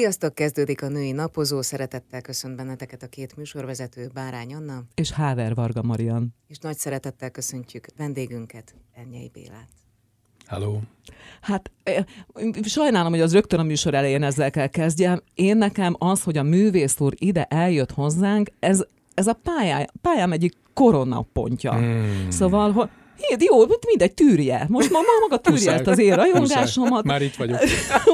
Sziasztok! Kezdődik a Női Napozó. Szeretettel köszönt benneteket a két műsorvezető, Bárány Anna és Háver Varga Marian. És nagy szeretettel köszöntjük vendégünket, Ernyei Bélát. Hello. Hát sajnálom, hogy az rögtön a műsor elején ezzel kell kezdjem. Nekem az, hogy a művész úr ide eljött hozzánk, ez a pályám egyik koronapontja. Szóval, hogy jó, mindegy, tűrje. Most maga tűrje ezt az én rajongásomat. Már itt vagyok.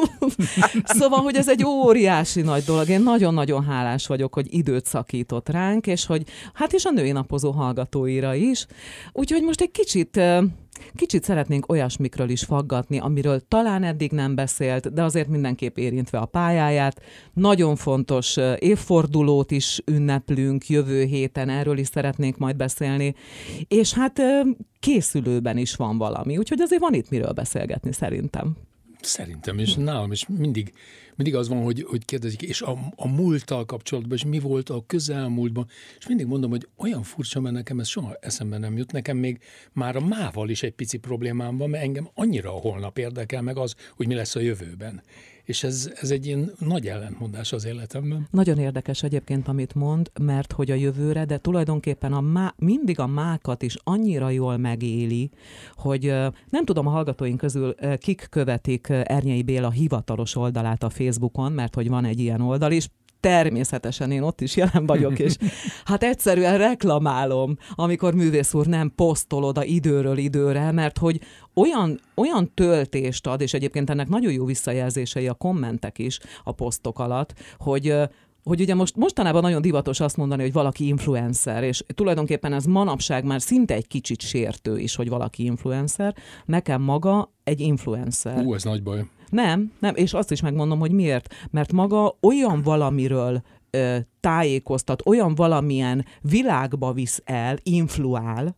Szóval, hogy ez egy óriási nagy dolog. Én nagyon-nagyon hálás vagyok, hogy időt szakított ránk, és hogy és a Női Napozó hallgatóira is. Úgyhogy most egy kicsit szeretnénk olyasmikről is faggatni, amiről talán eddig nem beszélt, de azért mindenképp érintve a pályáját. Nagyon fontos évfordulót is ünneplünk jövő héten, erről is szeretnénk majd beszélni. És készülőben is van valami, úgyhogy azért van itt miről beszélgetni szerintem. Szerintem is, nálam is mindig az van, hogy kérdezik, és a múlttal kapcsolatban, és mi volt a közelmúltban, és mindig mondom, hogy olyan furcsa, mert nekem ez soha eszembe nem jut, nekem még már a mával is egy pici problémám van, mert engem annyira a holnap érdekel meg az, hogy mi lesz a jövőben. És ez egy ilyen nagy ellentmondás az életemben. Nagyon érdekes egyébként, amit mond, mert hogy a jövőre, de tulajdonképpen mindig a mákat is annyira jól megéli, hogy nem tudom, a hallgatóink közül kik követik Ernyei Béla hivatalos oldalát a Facebookon, mert hogy van egy ilyen oldal is. Természetesen én ott is jelen vagyok, és egyszerűen reklamálom, amikor művész úr nem posztol oda időről időre, mert hogy olyan töltést ad, és egyébként ennek nagyon jó visszajelzései a kommentek is a posztok alatt, hogy ugye mostanában nagyon divatos azt mondani, hogy valaki influencer, és tulajdonképpen ez manapság már szinte egy kicsit sértő is, hogy valaki influencer. Nekem maga egy influencer. Ez nagy baj. Nem, és azt is megmondom, hogy miért. Mert maga olyan valamiről tájékoztat, olyan valamilyen világba visz el, influál,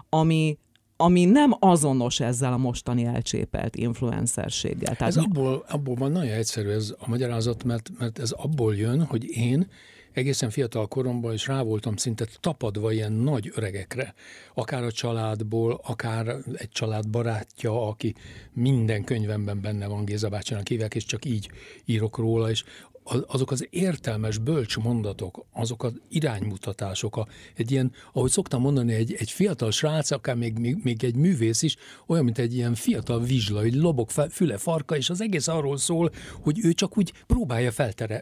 ami nem azonos ezzel a mostani elcsépelt influencerséggel. Ez abból van nagyon egyszerű ez a magyarázat, mert ez abból jön, hogy én egészen fiatal koromban is rá voltam szinte tapadva ilyen nagy öregekre, akár a családból, akár egy család barátja, aki minden könyvemben benne van, Géza bácsinak hívják, és csak így írok róla, és azok az értelmes, bölcs mondatok, azok az iránymutatások, egy ilyen, ahogy szoktam mondani, egy fiatal srác, akár még egy művész is, olyan, mint egy ilyen fiatal vizsla, hogy lobog füle farka, és az egész arról szól, hogy ő csak úgy próbálja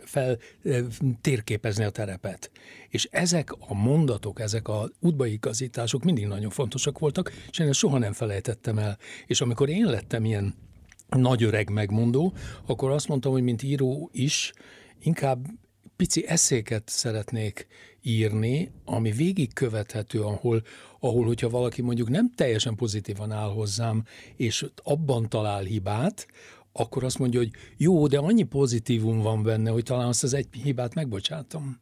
térképezni a terepet. És ezek a mondatok, ezek az útbaigazítások mindig nagyon fontosak voltak, és én ezt soha nem felejtettem el. És amikor én lettem ilyen nagy öreg megmondó, akkor azt mondtam, hogy mint író is inkább pici eszéket szeretnék írni, ami végigkövethető, ahol hogyha valaki mondjuk nem teljesen pozitívan áll hozzám, és abban talál hibát, akkor azt mondja, hogy jó, de annyi pozitívum van benne, hogy talán azt az egy hibát megbocsátom.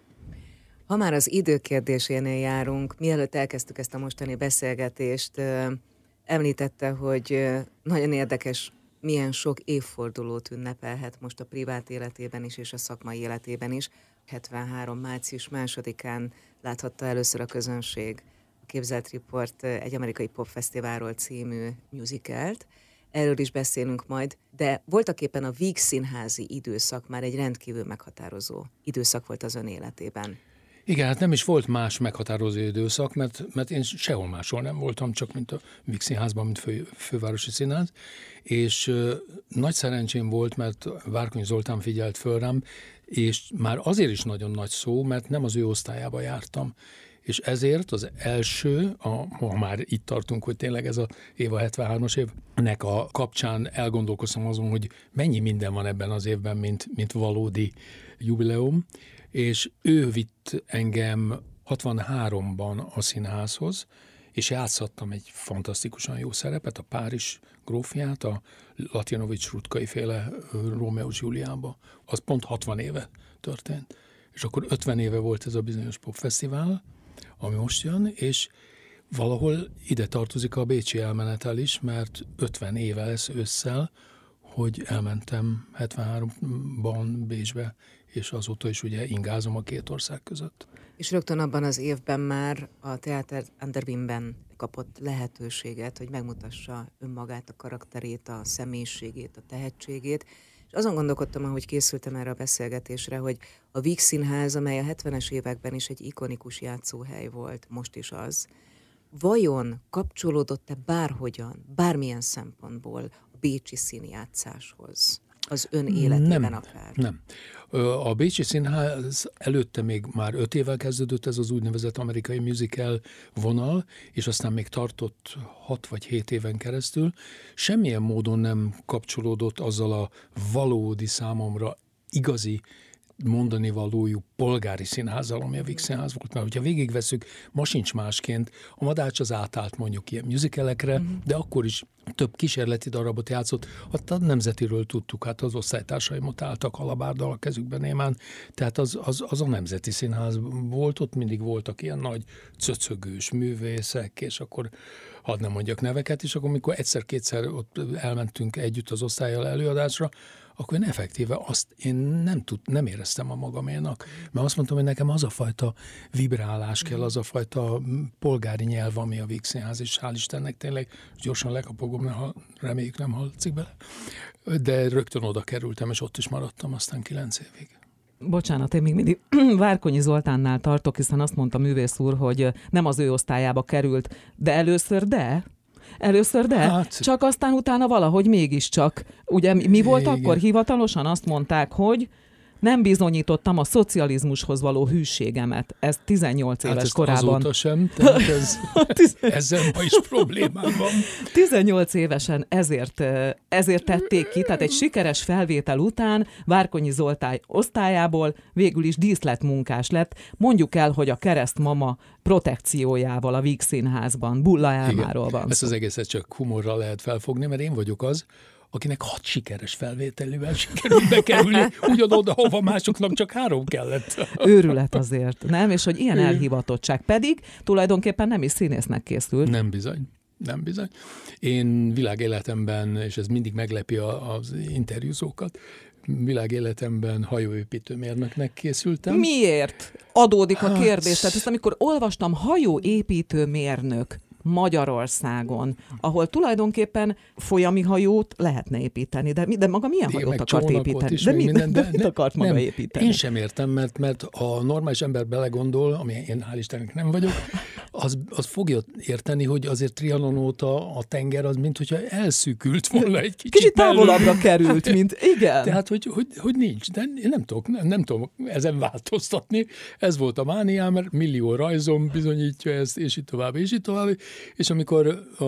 Ha már az idő kérdésénél járunk, mielőtt elkezdtük ezt a mostani beszélgetést, említette, hogy nagyon érdekes, milyen sok évfordulót ünnepelhet most a privát életében is, és a szakmai életében is. 73. március 2-án láthatta először a közönség a Képzelt Riport egy amerikai popfesztiválról című musicalt. Erről is beszélünk majd, de voltaképpen a vígszínházi időszak már egy rendkívül meghatározó időszak volt az ön életében. Igen, nem is volt más meghatározó időszak, mert én sehol máshol nem voltam, csak mint a Vígszínházban, mint fővárosi színház, és nagy szerencsém volt, mert Várkonyi Zoltán figyelt föl rám, és már azért is nagyon nagy szó, mert nem az ő osztályába jártam. És ezért az első, ha már itt tartunk, hogy tényleg ez a Éva 73-as évnek a kapcsán elgondolkoztam azon, hogy mennyi minden van ebben az évben, mint valódi jubileum, és ő vitt engem 63-ban a színházhoz, és játszhattam egy fantasztikusan jó szerepet, a Párizs grófját, a Latinovics Rutkai féle Rómeó és Júliába. Az pont 60 éve történt. És akkor 50 éve volt ez a bizonyos popfesztivál, ami most jön, és valahol ide tartozik a bécsi elmenetel is, mert 50 éve lesz ősszel, hogy elmentem 73-ban Bécsbe, és azóta is ugye ingázom a két ország között. És rögtön abban az évben már a Theater an der Wien-ben kapott lehetőséget, hogy megmutassa önmagát, a karakterét, a személyiségét, a tehetségét, és Azon gondolkodtam, ahogy készültem erre a beszélgetésre, hogy a Víg Színház, amely a 70-es években is egy ikonikus játszóhely volt, most is az, vajon kapcsolódott-e bárhogyan, bármilyen szempontból a bécsi színjátszáshoz? Az ön életében akár? Nem. A Bécsi Színház előtte még már 5 évvel kezdődött ez az úgynevezett amerikai musical vonal, és aztán még tartott 6 vagy 7 éven keresztül. Semmilyen módon nem kapcsolódott azzal a valódi, számomra igazi mondani valójú polgári színházzal, ami a Víg Színház volt. Mert hogyha végigveszünk, ma sincs másként. A Madács az átállt mondjuk ilyen musicalekre, de akkor is több kísérleti darabot játszott. A Nemzetiről tudtuk, hát az osztálytársaim ott álltak halabárdal a kezükben némán, tehát az a Nemzeti Színház volt, ott mindig voltak ilyen nagy cöcögős művészek, és akkor hadd nem mondjak neveket, és akkor amikor egyszer-kétszer ott elmentünk együtt az osztállyal előadásra, akkor én effektíve azt én nem éreztem a magaménak. Mert azt mondtam, hogy nekem az a fajta vibrálás kell, az a fajta polgári nyelv, ami a Víg Színház, és hál' Istennek tényleg gyorsan lekapogom, reméljük nem hallatszik bele. De rögtön oda kerültem, és ott is maradtam aztán 9 évig. Bocsánat, én még mindig Várkonyi Zoltánnál tartok, hiszen azt mondta művész úr, hogy nem az ő osztályába került, de először hát, csak aztán utána valahogy mégiscsak. Ugye mi volt igen. Akkor hivatalosan azt mondták, hogy nem bizonyítottam a szocializmushoz való hűségemet. Ez 18 éves korában. Azóta sem, tehát ezzel ma is problémám van. 18 évesen ezért tették ki, tehát egy sikeres felvétel után Várkonyi Zoltán osztályából végül is díszletmunkás lett. Mondjuk el, hogy a keresztmama protekciójával a Víg Színházban, Bulla Elmáról van. Ezt az egészet csak humorral lehet felfogni, mert én vagyok az, akinek 6 sikeres felvételével sikerült bekerülni ugyanoda, hova másoknak csak 3 kellett. Őrület azért, nem? És hogy ilyen elhivatottság pedig tulajdonképpen nem is színésznek készült. Nem bizony. Én világéletemben, és ez mindig meglepi az interjúzókat, világéletemben hajóépítőmérnöknek készültem. Miért? Adódik a kérdés. Tehát ezt amikor olvastam, hajóépítőmérnök Magyarországon, ahol tulajdonképpen folyami hajót lehetne építeni, de maga milyen hajót akart építeni? De mit akart maga építeni? Én sem értem, mert a normális ember belegondol, ami én hál' Istennek nem vagyok, az fogja érteni, hogy azért Trianon óta a tenger az, mint hogyha elszűkült volna egy kicsit. Kicsit távolabbra került, mint igen. Tehát, hogy nincs, de én nem tudom ezen változtatni. Ez volt a mániám, mert millió rajzom bizonyítja ezt, és így tovább. És amikor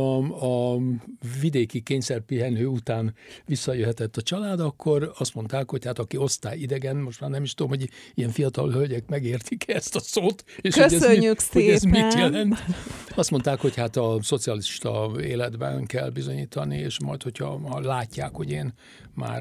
a vidéki kényszerpihenő után visszajöhetett a család, akkor azt mondták, hogy hát aki osztályidegen, most már nem is tudom, hogy ilyen fiatal hölgyek megértik ezt a szót. És köszönjük szépen! Hogy ez mit jelent. Azt mondták, hogy hát a szocialista életben kell bizonyítani, és majd, hogyha látják, hogy én már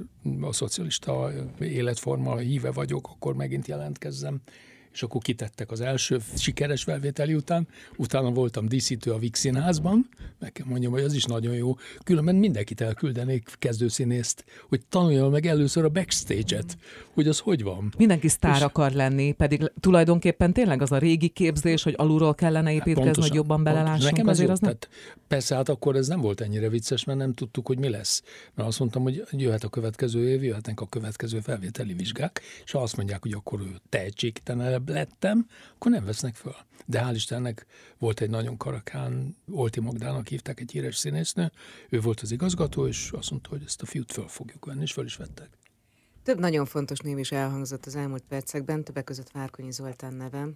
a szocialista életforma híve vagyok, akkor megint jelentkezzem. És akkor kitettek az első sikeres felvételi után. Utána voltam díszítő a Víg Színházban. Meg kell mondjam, hogy az is nagyon jó. Különben mindenkit elküldenék kezdőszínészt, hogy tanulja meg először a backstage-et, hogy az hogy van. Mindenki sztár akar lenni, pedig tulajdonképpen tényleg az a régi képzés, hogy alulról kellene építkezni, hogy jobban belelássunk. Nekem azért az nem... Persze, hát akkor ez nem volt ennyire vicces, mert nem tudtuk, hogy mi lesz. Mert azt mondtam, hogy jöhet a következő év, jöhetnek a következő felvételi vizsgák, és ha azt mondják, hogy akkor ő tehetségtelenebb lettem, akkor nem vesznek föl. De hál' Istennek volt egy nagyon karakán, Olti Magdának hívták, egy híres színésznő, ő volt az igazgató, és azt mondta, hogy ezt a fiút föl fogjuk venni, és föl is vettek. Több nagyon fontos név is elhangzott az elmúlt percekben, többek között Várkonyi Zoltán neve,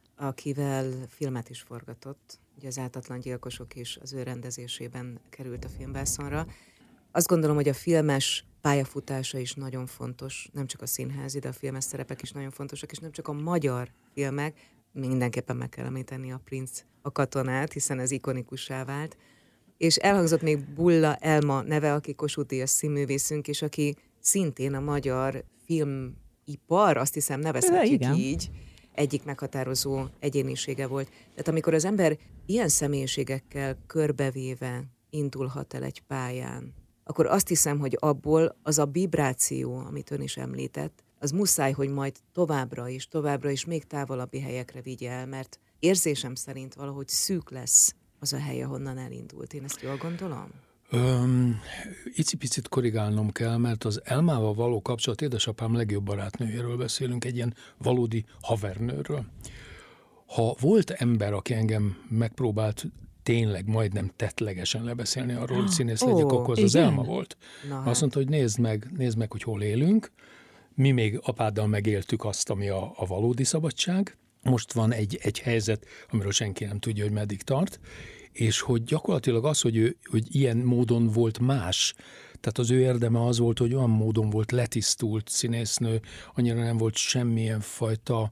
akivel filmet is forgatott. Ugye az Ártatlan gyilkosok is az ő rendezésében került a filmvászonra. Azt gondolom, hogy a filmes pályafutása is nagyon fontos, nem csak a színházi, de a filmes szerepek is nagyon fontosak, és nem csak a magyar filmek, mindenképpen meg kell említeni a Princ, a Katonát, hiszen ez ikonikussá vált. És elhangzott még Bulla Elma neve, aki Kossuth Díjas színművészünk, és aki szintén a magyar filmipar, azt hiszem nevezhetjük így, egyik meghatározó egyénisége volt. Tehát amikor az ember ilyen személyiségekkel körbevéve indulhat el egy pályán, akkor azt hiszem, hogy abból az a vibráció, amit ön is említett, az muszáj, hogy majd továbbra is még távolabbi helyekre vigye el, mert érzésem szerint valahogy szűk lesz az a hely, ahonnan elindult. Én ezt jól gondolom? Icipicit korrigálnom kell, mert az Elmával való kapcsolat, édesapám legjobb barátnőjéről beszélünk, egy ilyen valódi havernőről. Ha volt ember, aki engem megpróbált tényleg majdnem tettlegesen lebeszélni arról, hogy színész legyek, akkor az Elma volt. Azt mondta, hogy nézd meg, hogy hol élünk. Mi még apáddal megéltük azt, ami a valódi szabadság. Most van egy helyzet, amiről senki nem tudja, hogy meddig tart, és hogy gyakorlatilag az, hogy ilyen módon volt más, tehát az ő érdeme az volt, hogy olyan módon volt letisztult színésznő, annyira nem volt semmilyen fajta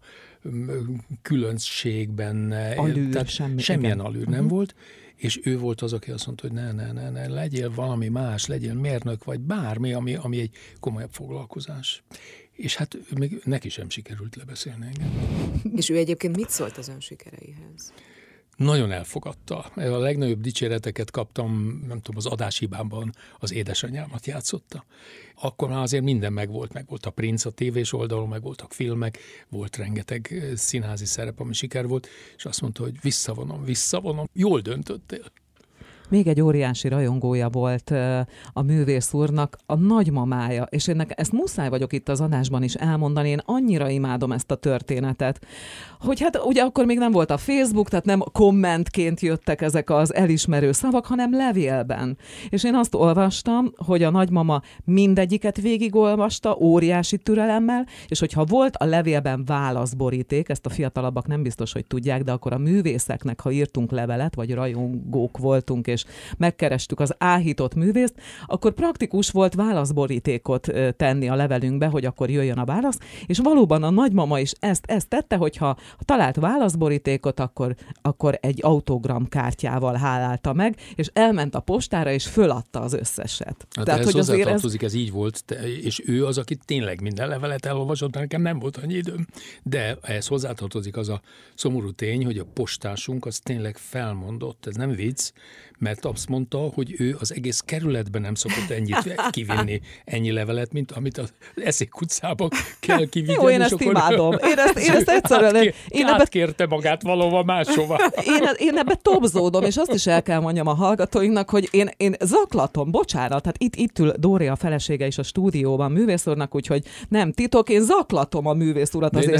különbség benne. Alűr, tehát semmilyen alűr nem volt, és ő volt az, aki azt mondta, hogy ne, legyél valami más, legyél mérnök, vagy bármi, ami egy komolyabb foglalkozás. És hát még neki sem sikerült lebeszélni engem. És ő egyébként mit szólt az ön sikereihez? Nagyon elfogadta. A legnagyobb dicséreteket kaptam, nem tudom, az adáshibámban az édesanyámat játszotta. Akkor már azért minden megvolt a Princ a tévés oldalon, meg voltak filmek, volt rengeteg színházi szerep, ami siker volt, és azt mondta, hogy visszavonom, jól döntöttél. Még egy óriási rajongója volt a művész úrnak, a nagymamája, és én ezt muszáj vagyok itt az adásban is elmondani, én annyira imádom ezt a történetet, hogy hát ugye akkor még nem volt a Facebook, tehát nem kommentként jöttek ezek az elismerő szavak, hanem levélben. És én azt olvastam, hogy a nagymama mindegyiket végigolvasta, óriási türelemmel, és hogyha volt a levélben válaszboríték, ezt a fiatalabbak nem biztos, hogy tudják, de akkor a művészeknek, ha írtunk levelet, vagy rajongók voltunk, és megkerestük az áhított művészt, akkor praktikus volt válaszborítékot tenni a levelünkbe, hogy akkor jöjjön a válasz, és valóban a nagymama is ezt tette, hogyha talált válaszborítékot, akkor egy autogramkártyával hálálta meg, és elment a postára, és föladta az összeset. Hát tehát, hogy azért ez így volt, és ő az, aki tényleg minden levelet elolvasott, nekem nem volt annyi időm. De ehhez hozzátartozik az a szomorú tény, hogy a postásunk az tényleg felmondott, ez nem vicc, mert azt mondta, hogy ő az egész kerületben nem szokott ennyit kivinni, ennyi levelet, mint amit az Eszék utcában kell kivinni. Jó, én ezt imádom. Én ezt egyszerűen... Átkérte magát valahova máshova. Én ebbe tobzódom, és azt is el kell mondjam a hallgatóinknak, hogy én zaklatom, bocsánat, tehát itt ül Dóri a felesége is a stúdióban művész úrnak, úgyhogy nem titok, én zaklatom a művész urat azért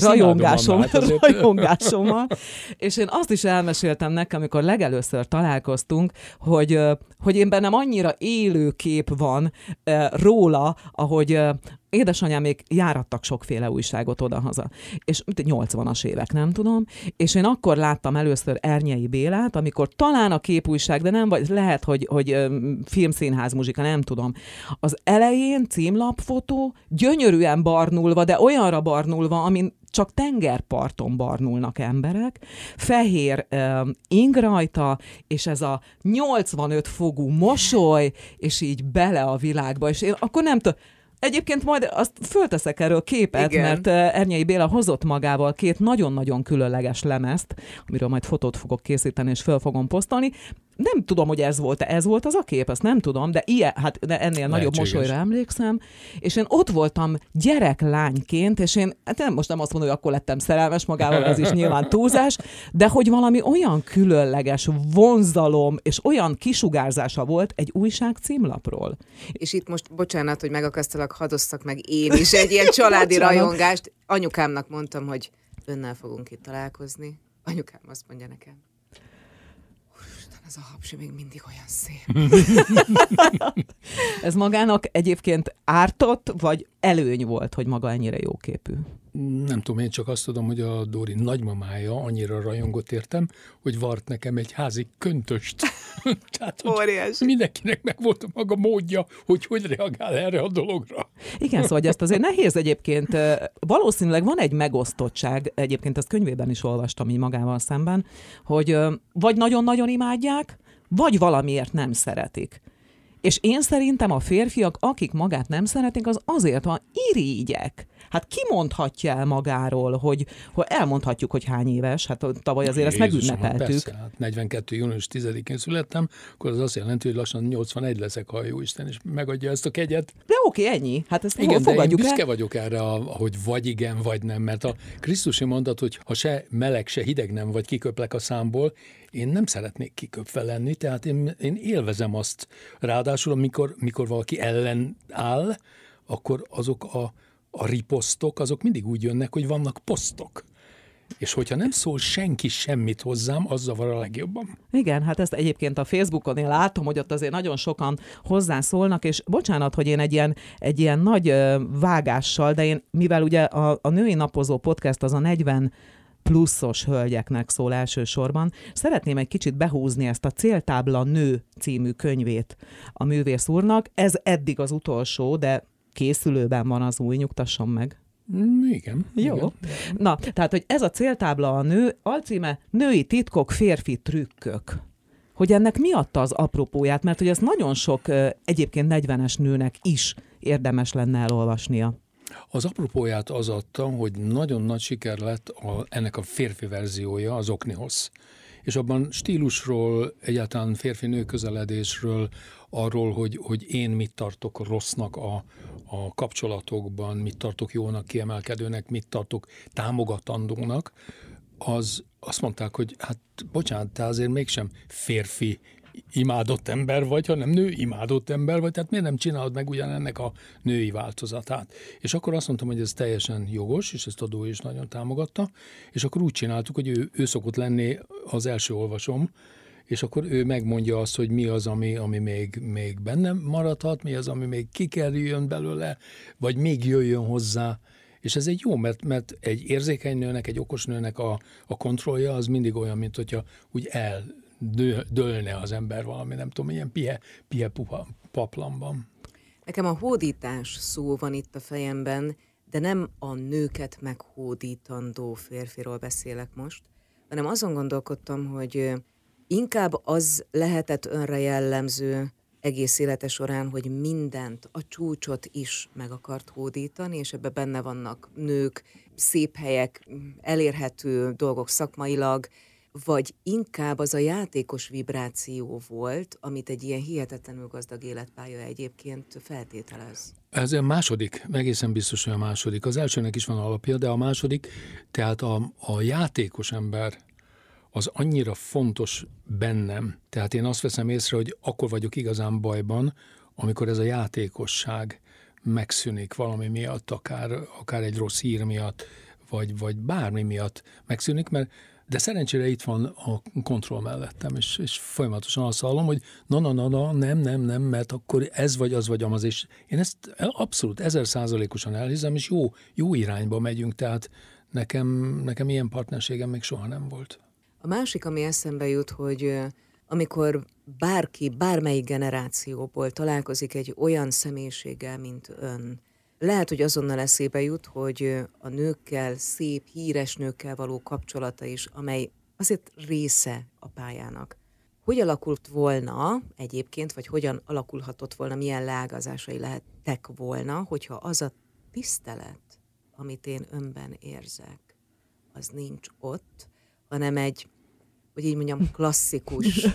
rajongásommal. És én azt is elmeséltem nekem, amikor legelőször találkoztunk, hogy én bennem annyira élő kép van róla, ahogy édesanyám még járattak sokféle újságot odahaza. És 80-as évek, nem tudom. És én akkor láttam először Ernyei Bélát, amikor talán a képújság, de nem, vagy lehet, hogy filmszínház muzsika, nem tudom. Az elején címlapfotó, gyönyörűen barnulva, de olyanra barnulva, amin csak tengerparton barnulnak emberek, fehér ing rajta, és ez a 85 fogú mosoly, és így bele a világba. És én akkor nem tudom, egyébként majd azt fölteszek erről képet, igen. Mert Ernyei Béla hozott magával 2 nagyon-nagyon különleges lemezt, amiről majd fotót fogok készíteni, és föl fogom posztolni. Nem tudom, hogy ez volt az a kép, ezt nem tudom, de ennél nagyobb mosolyra emlékszem, és én ott voltam gyereklányként, és én most nem azt mondom, hogy akkor lettem szerelmes magával, ez is nyilván túlzás, de hogy valami olyan különleges vonzalom, és olyan kisugárzása volt egy újság címlapról. És itt most, bocsánat, hogy megakasztalak, hadosszak meg én is egy ilyen családi rajongást. Anyukámnak mondtam, hogy önnel fogunk itt találkozni. Anyukám azt mondja nekem, ez a hapsi még mindig olyan szép. Ez magának egyébként ártott, vagy előny volt, hogy maga ennyire jóképű? Nem tudom, én csak azt tudom, hogy a Dóri nagymamája annyira rajongott értem, hogy vart nekem egy házi köntöst. Tehát, mindenkinek meg volt a maga módja, hogy reagál erre a dologra. Igen, szóval ezt azért nehéz egyébként. Valószínűleg van egy megosztottság, egyébként ezt könyvében is olvastam így magával szemben, hogy vagy nagyon-nagyon imádják, vagy valamiért nem szeretik. És én szerintem a férfiak, akik magát nem szeretik, az azért van irigyek. Hát ki mondhatja el magáról, hogy elmondhatjuk, hogy hány éves, hát tavaly azért ezt megünnepeltük. Persze, hát 42. június 10-én születtem, akkor az azt jelenti, hogy lassan 81 leszek, ha jó Isten, és megadja ezt a kegyet. De oké, ennyi. Hát ezt igen, fogadjuk de én büszke vagyok erre, hogy vagy igen, vagy nem, mert a krisztusi mondat, hogy ha se meleg, se hideg nem vagy, kiköplek a számból, én nem szeretnék kiköpve lenni, tehát én élvezem azt. Ráadásul, amikor valaki ellen áll, akkor azok a riposztok, azok mindig úgy jönnek, hogy vannak posztok. És hogyha nem szól senki semmit hozzám, az zavar a legjobban. Igen, hát ezt egyébként a Facebookon én látom, hogy ott azért nagyon sokan hozzászólnak, és bocsánat, hogy én egy ilyen nagy vágással, de én, mivel ugye a Női Napozó Podcast az a 40 pluszos hölgyeknek szól elsősorban, szeretném egy kicsit behúzni ezt a Céltábla nő című könyvét a művész úrnak. Ez eddig az utolsó, de készülőben van az új, nyugtasson meg. Igen. Jó. Igen. Na, tehát, hogy ez a Céltábla a nő, alcíme Női titkok, férfi trükkök. Hogy ennek mi adta az apropóját, mert hogy ez nagyon sok egyébként 40-es nőnek is érdemes lenne elolvasnia. Az apropóját az adta, hogy nagyon nagy siker lett ennek a férfi verziója, az Oknihoz. És abban stílusról, egyáltalán férfi-nő közeledésről, arról, hogy én mit tartok rossznak a kapcsolatokban, mit tartok jónak, kiemelkedőnek, mit tartok támogatandónak, azt mondták, hogy hát bocsánat, te azért mégsem férfi imádott ember vagy, hanem nő imádott ember vagy, tehát miért nem csinálod meg ugyanennek a női változatát? És akkor azt mondtam, hogy ez teljesen jogos, és ezt a Dó is nagyon támogatta, és akkor úgy csináltuk, hogy ő szokott lenni az első olvasom, és akkor ő megmondja azt, hogy mi az, ami még bennem maradhat, mi az, ami még kikerüljön belőle, vagy még jöjjön hozzá. És ez egy jó, mert egy érzékeny nőnek, egy okos nőnek a kontrollja az mindig olyan, mint hogyha úgy dőlne az ember valami, nem tudom, ilyen pie paplanban. Nekem a hódítás szó van itt a fejemben, de nem a nőket meghódítandó férfiról beszélek most, hanem azon gondolkodtam, hogy inkább az lehetett önre jellemző egész élete során, hogy mindent, a csúcsot is meg akart hódítani, és ebben benne vannak nők, szép helyek, elérhető dolgok szakmailag, vagy inkább az a játékos vibráció volt, amit egy ilyen hihetetlenül gazdag életpálya egyébként feltételez? Ez a második, egészen biztos, hogy a második. Az elsőnek is van alapja, de a második, tehát a játékos ember az annyira fontos bennem. Tehát én azt veszem észre, hogy akkor vagyok igazán bajban, amikor ez a játékosság megszűnik valami miatt, akár egy rossz hír miatt, vagy bármi miatt megszűnik, de szerencsére itt van a kontroll mellettem, és folyamatosan azt hallom, hogy nem, mert akkor ez vagy az vagy amaz, és én ezt abszolút 1000%-osan elhiszem, és jó irányba megyünk, tehát nekem ilyen partnerségem még soha nem volt. A másik, ami eszembe jut, hogy amikor bárki, bármelyik generációból találkozik egy olyan személyiséggel, mint ön, lehet, hogy azonnal eszébe jut, hogy a nőkkel, szép, híres nőkkel való kapcsolata is, amely azért része a pályának. Hogy alakult volna egyébként, vagy hogyan alakulhatott volna, milyen leágazásai lehettek volna, hogyha az a tisztelet, amit én önben érzek, az nincs ott, hanem egy, hogy így mondjam, klasszikus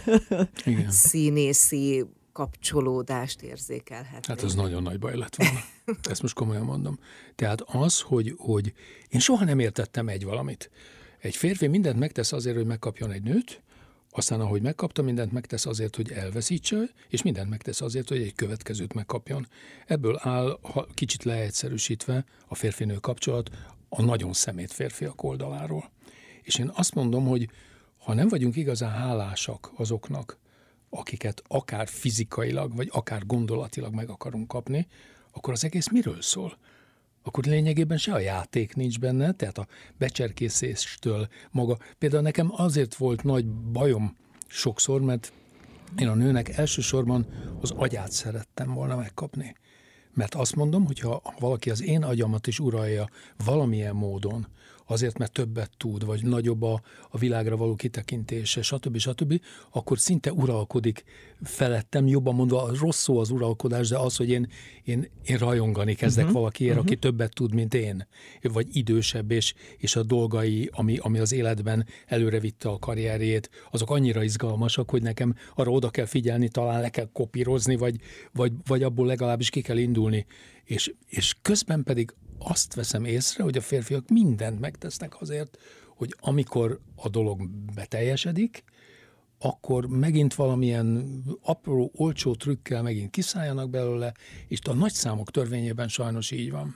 színészi kapcsolódást érzékelhetnék. Hát ez nagyon nagy baj lett volna. Ezt most komolyan mondom. Tehát az, hogy én soha nem értettem valamit. Egy férfi mindent megtesz azért, hogy megkapjon egy nőt, aztán ahogy megkapta, mindent megtesz azért, hogy elveszítse, és mindent megtesz azért, hogy egy következőt megkapjon. Ebből áll, kicsit leegyszerűsítve, a férfi-nő kapcsolat a nagyon szemét férfiak oldaláról. És én azt mondom, hogy ha nem vagyunk igazán hálásak azoknak, akiket akár fizikailag, vagy akár gondolatilag meg akarunk kapni, akkor az egész miről szól? Akkor lényegében se a játék nincs benne, tehát a becserkészéstől maga. Például nekem azért volt nagy bajom sokszor, mert én a nőnek elsősorban az agyát szerettem volna megkapni. Mert azt mondom, hogy ha valaki az én agyamat is uralja valamilyen módon, azért, mert többet tud, vagy nagyobb a világra való kitekintése, stb., akkor szinte uralkodik felettem, jobban mondva, rossz szó az uralkodás, de az, hogy én rajongani kezdek valakiért, aki többet tud, mint én, vagy idősebb, és a dolgai, ami az életben előre vitte a karrierjét, azok annyira izgalmasak, hogy nekem arra oda kell figyelni, talán le kell kopírozni, vagy abból legalábbis ki kell indulni. És közben pedig azt veszem észre, hogy a férfiak mindent megtesznek azért, hogy amikor a dolog beteljesedik, akkor megint valamilyen apró, olcsó trükkel megint kiszálljanak belőle, és a nagyszámok törvényében sajnos így van.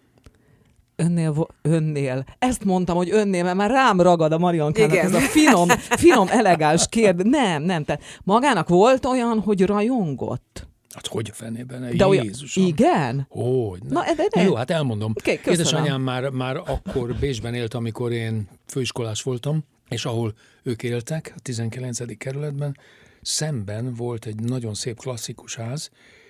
Önnél. Ezt mondtam, hogy önnél, mert már rám ragad a Mariankának ez a finom, elegáns kérdés. Nem. Tehát magának volt olyan, hogy rajongott? Hát hogy a fenében? De Jézusom. Igen? Hogy? Na, jó, hát elmondom. Okay, édesanyám már akkor Bécsben élt, amikor én főiskolás voltam, és ahol ők éltek, a 19. kerületben, szemben volt egy nagyon szép klasszikus ház,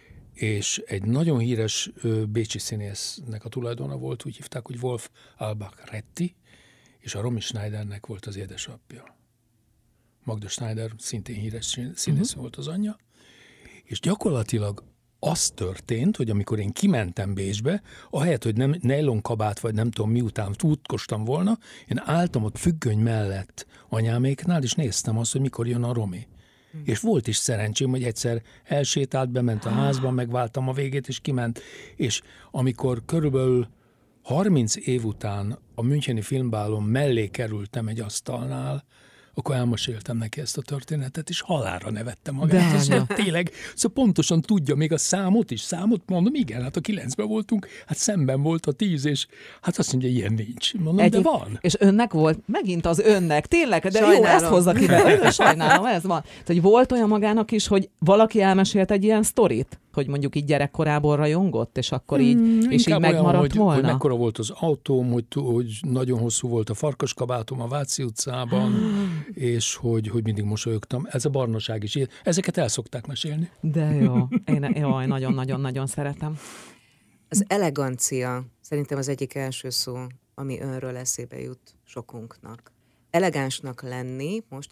és egy nagyon híres bécsi színésznek a tulajdona volt, úgy hívták, hogy Wolf Albach Retti, és a Romy Schneidernek volt az édesapja. Magda Schneider szintén híres színész volt az anyja, és gyakorlatilag az történt, hogy amikor én kimentem Bécsbe, ahelyett, hogy nem nejlonkabát, vagy nem tudom miután útkostam volna, én álltam ott függöny mellett anyáméknál, és néztem azt, hogy mikor jön a Romi. És volt is szerencsém, hogy egyszer elsétált, bement a házba, megváltam a végét, és kiment. És amikor körülbelül 30 év után a Müncheni Filmbálon mellé kerültem egy asztalnál, akkor elmeséltem neki ezt a történetet, és halálra nevettem magát. Tényleg, szóval pontosan tudja még a számot mondom, igen, hát a 9-ben voltunk, hát szemben volt a 10, és hát azt mondja, ilyen nincs. Mondom, de van. És önnek volt, megint az önnek, tényleg, de sajnálom. Jó, ezt hozza ki be. Sajnálom, ez van. Tehát, hogy volt olyan magának is, hogy valaki elmesélt egy ilyen sztorit, hogy mondjuk így gyerekkorából rajongott, és akkor így megmaradt volna? Hogy mekkora volt az autóm, hogy nagyon hosszú volt a farkaskabátom a Váci utcában, és hogy mindig mosolyogtam. Ez a barnaság is. Ezeket el szokták mesélni. De jó. Én nagyon-nagyon-nagyon szeretem. Az elegancia szerintem az egyik első szó, ami önről eszébe jut sokunknak. Elegánsnak lenni most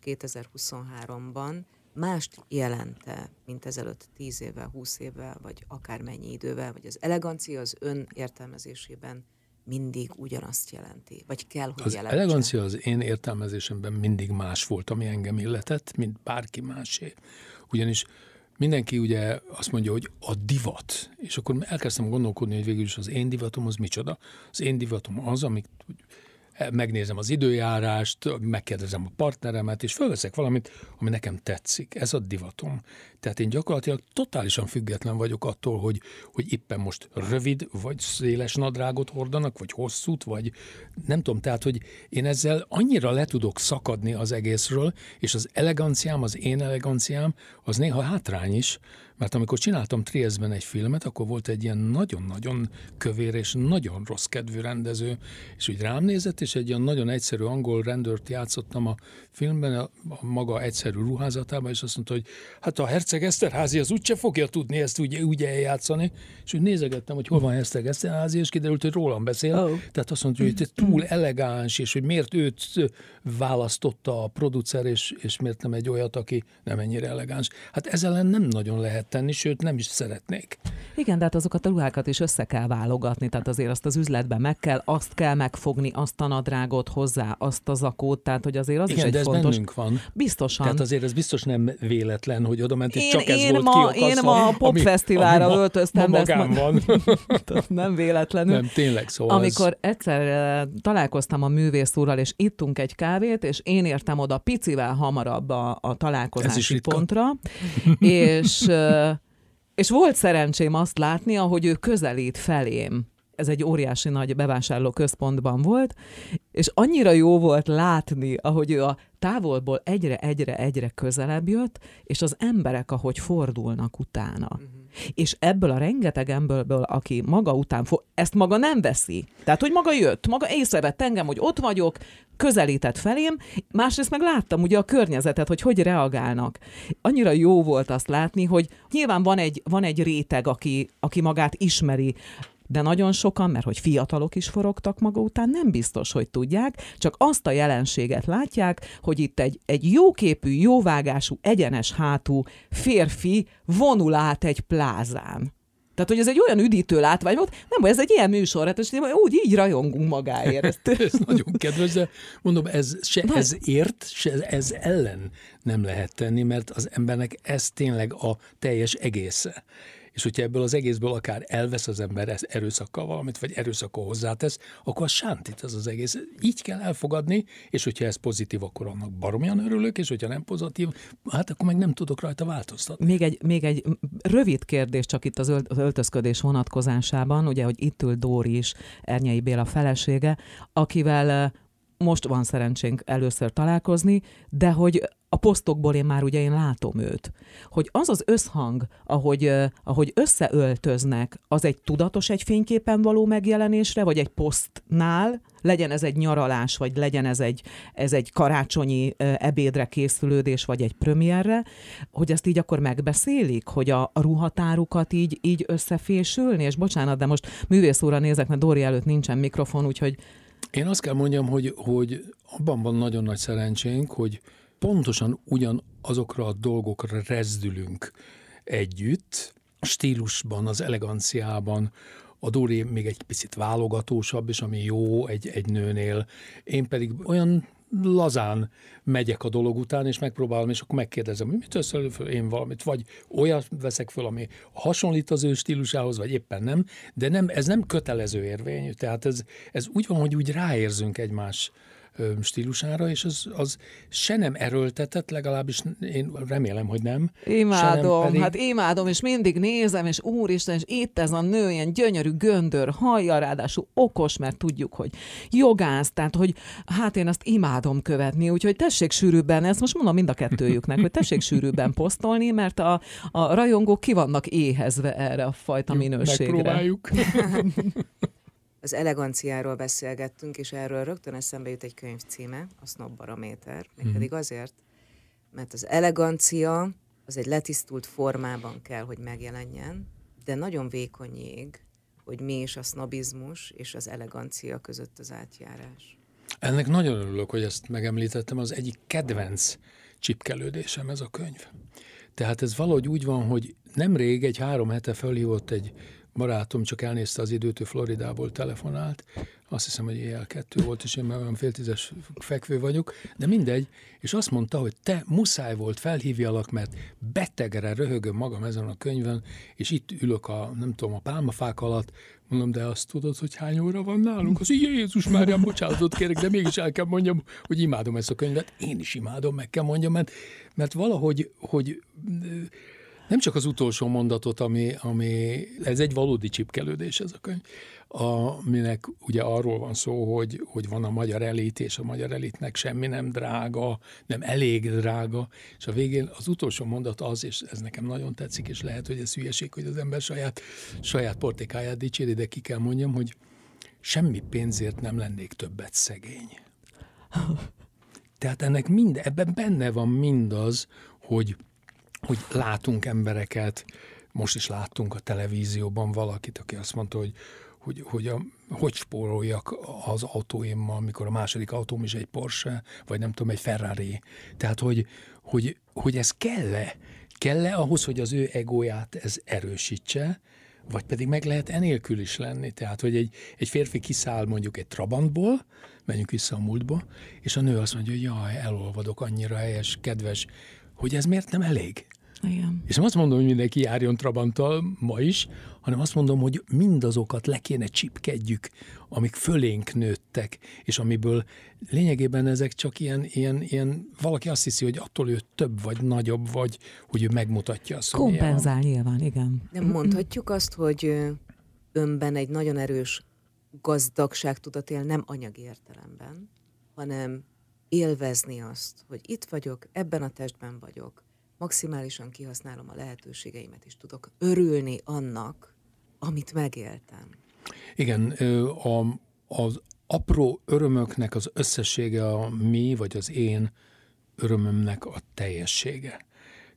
2023-ban mást jelente, mint ezelőtt 10 évvel, 20 évvel, vagy akármennyi idővel, vagy az elegancia az ön értelmezésében mindig ugyanazt jelenti, vagy kell, hogy jelentse. Az elegancia az én értelmezésemben mindig más volt, ami engem illetett, mint bárki másé. Ugyanis mindenki ugye azt mondja, hogy a divat, és akkor elkezdtem gondolkodni, hogy végül is az én divatom az micsoda. Az én divatom az, amit megnézem az időjárást, megkérdezem a partneremet, és fölveszek valamit, ami nekem tetszik. Ez a divatom. Tehát én gyakorlatilag totálisan független vagyok attól, hogy éppen most rövid, vagy széles nadrágot hordanak, vagy hosszút, vagy nem tudom. Tehát, hogy én ezzel annyira le tudok szakadni az egészről, és az eleganciám, az én eleganciám, az néha hátrány is, mert amikor csináltam Triestben egy filmet, akkor volt egy ilyen nagyon-nagyon kövér és nagyon rossz kedvű rendező, és úgy rám nézett, és egy ilyen nagyon egyszerű angol rendőrt játszottam a filmben, a maga egyszerű ruházatában, és azt mondta, hogy hát a Herceg Eszterházy az úgyse fogja tudni ezt úgy eljátszani, és úgy nézegettem, hogy hol van Herceg Eszterházy, és kiderült, hogy rólam beszél. Tehát azt mondta, hogy túl elegáns, és hogy miért őt választotta a producer, és miért nem egy olyat, aki nem ennyire elegáns. Hát ezzel ellen nem nagyon lehet tenni, sőt nem is szeretnék. Igen, de hát azokat a ruhákat is össze kell válogatni, tehát azért azt az üzletben azt kell megfogni, azt a nadrágot hozzá, azt a zakót, tehát hogy azért az igen, is egy de ez fontos... bennünk van. Biztosan. Tehát azért ez biztos nem véletlen, hogy oda ment, és csak ez volt kiakasztva. Én ma a popfesztiválra öltöztem, de magán van. Nem véletlenül. Nem, tényleg, szóval amikor egyszer találkoztam a művész úrral, és ittunk egy kávét, és én értem oda picivel hamarabb a találkozási pontra, és volt szerencsém azt látni, ahogy ő közelít felém. Ez egy óriási nagy bevásárlóközpontban volt, és annyira jó volt látni, ahogy ő a távolból egyre közelebb jött, és az emberek, ahogy fordulnak utána. És ebből a rengeteg emberből, aki maga után ezt maga nem veszi. Tehát, hogy maga jött, maga észrevett engem, hogy ott vagyok, közelített felém, másrészt meg láttam ugye a környezetet, hogy reagálnak. Annyira jó volt azt látni, hogy nyilván van egy réteg, aki magát ismeri, de nagyon sokan, mert hogy fiatalok is forogtak maga után, nem biztos, hogy tudják, csak azt a jelenséget látják, hogy itt egy jóképű, jóvágású, egyenes hátú férfi vonul át egy plázán. Tehát, hogy ez egy olyan üdítő látvány volt, nem, ez egy ilyen műsor, hát úgy így rajongunk magáért. Ez nagyon kedves, de mondom, ez ért, se ez ellen nem lehet tenni, mert az embernek ez tényleg a teljes egésze. És hogyha ebből az egészből akár elvesz az ember erőszakkal valamit, vagy erőszakkal hozzátesz, akkor az sántít ez az egész. Így kell elfogadni, és hogyha ez pozitív, akkor annak baromian örülök, és hogyha nem pozitív, hát akkor meg nem tudok rajta változtatni. Még egy rövid kérdés csak itt az öltözködés vonatkozásában, ugye, hogy itt ül Dóri is, Ernyei Béla felesége, akivel most van szerencsénk először találkozni, de hogy a posztokból én látom őt, hogy az az összhang, ahogy összeöltöznek, az egy tudatos egy fényképen való megjelenésre, vagy egy posztnál, legyen ez egy nyaralás, vagy legyen ez egy karácsonyi ebédre készülődés, vagy egy premierre, hogy ezt így akkor megbeszélik, hogy a ruhatárukat így összefésülni, és bocsánat, de most művész úrra nézek, mert Dóri előtt nincsen mikrofon, úgyhogy én azt kell mondjam, hogy abban van nagyon nagy szerencsénk, hogy pontosan ugyanazokra a dolgokra rezdülünk együtt, a stílusban, az eleganciában. A Dóri még egy picit válogatósabb, és ami jó egy nőnél. Én pedig olyan lazán megyek a dolog után, és megpróbálom, és akkor megkérdezem, hogy mit veszem föl én valamit, vagy olyat veszek föl, ami hasonlít az ő stílusához, vagy éppen nem, de ez nem kötelező érvényű. Tehát ez úgy van, hogy úgy ráérzünk egymás stílusára, és az se nem erőltetett, legalábbis én remélem, hogy nem. Imádom, imádom, és mindig nézem, és úristen, és itt ez a nő, ilyen gyönyörű göndör hajjal, ráadásul okos, mert tudjuk, hogy jogász, tehát, hogy hát én azt imádom követni, úgyhogy tessék sűrűbben, ezt most mondom mind a kettőjüknek, hogy tessék sűrűbben posztolni, mert a rajongók ki vannak éhezve erre a fajta minőségre. Megpróbáljuk. Az eleganciáról beszélgettünk, és erről rögtön eszembe jut egy könyv címe, a Sznobbarométer, mégpedig azért, mert az elegancia az egy letisztult formában kell, hogy megjelenjen, de nagyon vékony jég, hogy mi is a sznobizmus és az elegancia között az átjárás. Ennek nagyon örülök, hogy ezt megemlítettem, az egyik kedvenc csipkelődésem ez a könyv. Tehát ez valahogy úgy van, hogy nemrég, egy 3 hete felhívott egy barátom, csak elnézte az időt, ő Floridából telefonált, azt hiszem, hogy éjjel 2 volt, és én már olyan 9:30 fekvő vagyok, de mindegy, és azt mondta, hogy te muszáj volt, felhívjalak, mert betegre röhögöm magam ezen a könyvön, és itt ülök a pálmafák alatt, mondom, de azt tudod, hogy hány óra van nálunk? Az Jézus Mária, bocsánatot kérek, de mégis el kell mondjam, hogy imádom ezt a könyvet. Én is imádom, meg kell mondjam, mert valahogy, hogy nem csak az utolsó mondatot, ami ez egy valódi csipkelődés ez a könyv, aminek ugye arról van szó, hogy van a magyar elit, és a magyar elitnek semmi nem drága, nem elég drága, és a végén az utolsó mondat az, és ez nekem nagyon tetszik, és lehet, hogy ez hülyeség, hogy az ember saját portékáját dicséri, de ki kell mondjam, hogy semmi pénzért nem lennék többet szegény. Tehát ebben benne van mindaz, hogy látunk embereket, most is láttunk a televízióban valakit, aki azt mondta, hogy spóroljak az autóimmal, amikor a második autóm is egy Porsche, vagy nem tudom, egy Ferrari. Tehát, hogy ez kell-e ahhoz, hogy az ő egóját ez erősítse, vagy pedig meg lehet enélkül is lenni. Tehát, hogy egy férfi kiszáll mondjuk egy Trabantból, menjünk vissza a múltba, és a nő azt mondja, hogy jaj, elolvadok, annyira helyes, kedves, hogy ez miért nem elég? Igen. És nem azt mondom, hogy mindenki járjon Trabanttal ma is, hanem azt mondom, hogy mindazokat le kéne csipkedjük, amik fölénk nőttek, és amiből lényegében ezek csak ilyen valaki azt hiszi, hogy attól ő több, vagy nagyobb, vagy hogy ő megmutatja azt, hogy kompenzál nyilván, igen. Nem mondhatjuk azt, hogy önben egy nagyon erős gazdagságtudat él, nem anyagi értelemben, hanem élvezni azt, hogy itt vagyok, ebben a testben vagyok, maximálisan kihasználom a lehetőségeimet, és tudok örülni annak, amit megéltem. Igen, az apró örömöknek az összessége a mi, vagy az én örömömnek a teljessége.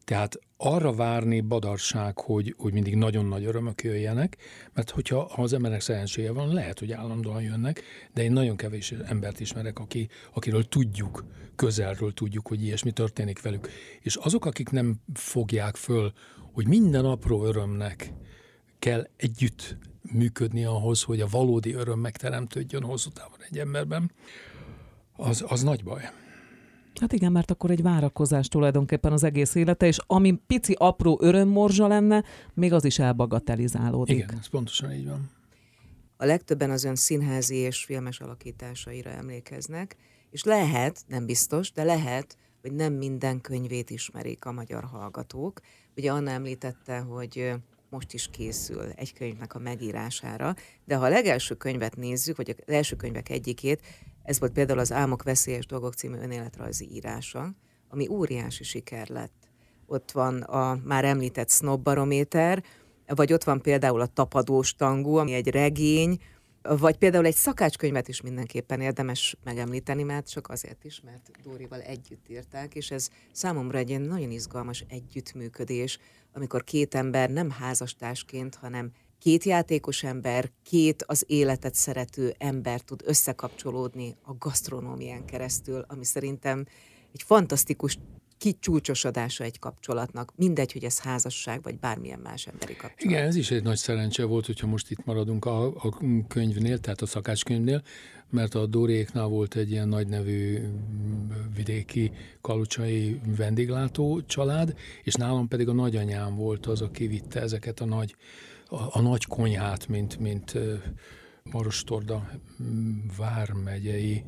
Tehát arra várni badarság, hogy mindig nagyon nagy örömök jöjjenek, mert hogyha az embernek szerencséje van, lehet, hogy állandóan jönnek, de én nagyon kevés embert ismerek, akiről tudjuk, közelről tudjuk, hogy ilyesmi történik velük. És azok, akik nem fogják föl, hogy minden apró örömnek kell együtt működni ahhoz, hogy a valódi öröm megteremtődjön hosszú távon egy emberben, az nagy baj. Hát igen, mert akkor egy várakozás tulajdonképpen az egész élete, és ami pici apró örömmorzsa lenne, még az is elbagatelizálódik. Igen, ez pontosan így van. A legtöbben az ön színházi és filmes alakításaira emlékeznek, és lehet, nem biztos, de lehet, hogy nem minden könyvét ismerik a magyar hallgatók. Ugye Anna említette, hogy most is készül egy könyvnek a megírására, de ha a legelső könyvet nézzük, vagy az első könyvek egyikét, ez volt például az Álmok veszélyes dolgok című önéletrajzi írása, ami óriási siker lett. Ott van a már említett Snob Barométer, vagy ott van például a Tapadós tangó, ami egy regény, vagy például egy szakácskönyvet is mindenképpen érdemes megemlíteni, mert csak azért is, mert Dórival együtt írták, és ez számomra egy ilyen nagyon izgalmas együttműködés, amikor két ember nem házastársként, hanem két játékos ember, két az életet szerető ember tud összekapcsolódni a gasztronómián keresztül, ami szerintem egy fantasztikus kicsúcsosodása egy kapcsolatnak. Mindegy, hogy ez házasság, vagy bármilyen más emberi kapcsolat. Igen, ez is egy nagy szerencse volt, hogyha most itt maradunk a könyvnél, tehát a szakácskönyvnél, mert a Dóriéknál volt egy ilyen nagy nevű vidéki kalucsai vendéglátó család, és nálam pedig a nagyanyám volt az, aki vitte ezeket a nagy konyhát, mint Marostorda vármegyei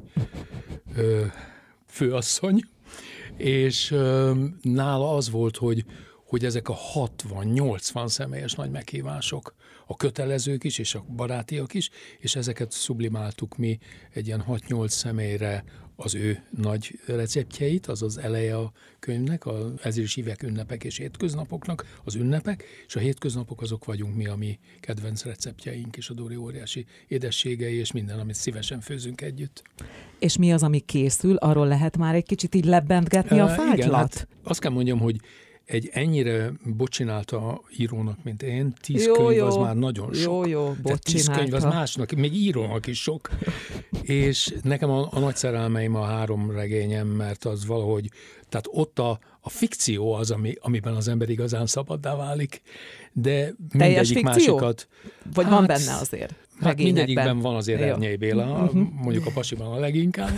főasszony, és nála az volt, hogy ezek a 60-80 személyes nagy meghívások, a kötelezők is, és a barátiak is, és ezeket sublimáltuk mi egy ilyen 6-8 személyre az ő nagy receptjeit, az az eleje a könyvnek, ezért is hívják ünnepek és hétköznapoknak, az ünnepek, és a hétköznapok azok vagyunk mi, a mi kedvenc receptjeink, és a Dóri óriási édességei, és minden, amit szívesen főzünk együtt. És mi az, ami készül? Arról lehet már egy kicsit így lebbentgetni a fájtlat? Igen, hát azt kell mondjam, hogy egy ennyire bocsinálta írónak, mint én, 10 könyv az már nagyon sok. Jó, 10 könyv az másnak, még írónak is sok. És nekem a nagy szerelmeim a 3 regényem, mert az valahogy, tehát ott a fikció az, amiben az ember igazán szabaddá válik, de mindegyik másikat... Vagy van benne azért? Hát mindegyikben van azért Ernyei Béla, mondjuk a pasiban a leginkább,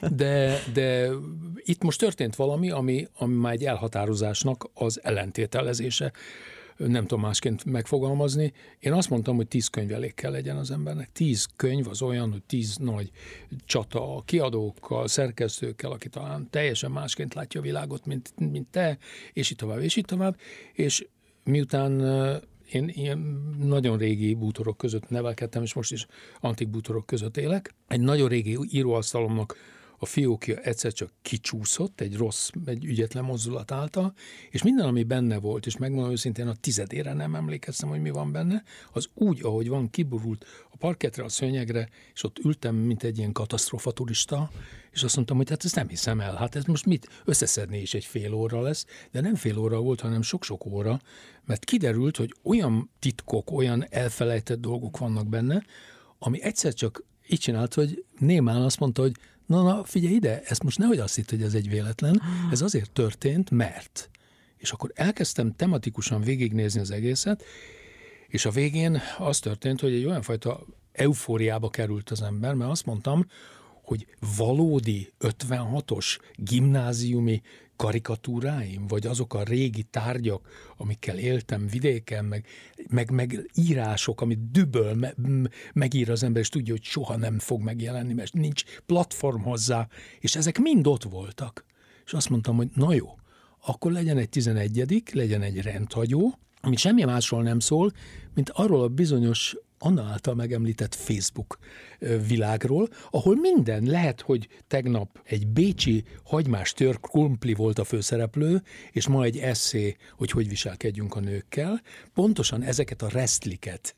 de itt most történt valami, ami már egy elhatározásnak az ellentételezése. Nem tudom másként megfogalmazni. Én azt mondtam, hogy 10 könyv elég kell legyen az embernek. 10 könyv az olyan, hogy 10 nagy csata a kiadókkal, szerkesztőkkel, aki talán teljesen másként látja a világot, mint te, és így tovább, és így tovább. És miután én ilyen nagyon régi bútorok között nevelkedtem, és most is antik bútorok között élek. Egy nagyon régi íróasztalomnak a fiókja egyszer csak kicsúszott egy ügyetlen mozdulat által, és minden, ami benne volt, és megmondom őszintén, a 10-ére nem emlékeztem, hogy mi van benne, az úgy, ahogy van, kiburult a parkettre, a szőnyegre, és ott ültem, mint egy ilyen katasztrófa turista, és azt mondtam, hogy hát ezt nem hiszem el, hát ez most mit összeszedni is egy fél óra lesz, de nem fél óra volt, hanem sok-sok óra, mert kiderült, hogy olyan titkok, olyan elfelejtett dolgok vannak benne, ami egyszer csak így csinált, hogy némán azt mondta, hogy na, figyelj ide, ezt most nehogy azt hitt, hogy ez egy véletlen, ez azért történt, mert. És akkor elkezdtem tematikusan végignézni az egészet, és a végén az történt, hogy egy olyan fajta eufóriába került az ember, mert azt mondtam, hogy valódi 56-os gimnáziumi karikatúráim, vagy azok a régi tárgyak, amikkel éltem vidéken, meg írások, amit düböl, megír az ember, és tudja, hogy soha nem fog megjelenni, mert nincs platform hozzá, és ezek mind ott voltak. És azt mondtam, hogy na jó, akkor legyen egy 11., legyen egy rendhagyó, amit semmi másról nem szól, mint arról a bizonyos Anna által megemlített Facebook világról, ahol minden lehet, hogy tegnap egy bécsi hagymás tör krumpli volt a főszereplő, és ma egy esszé, hogy viselkedjünk a nőkkel. Pontosan ezeket a resztliket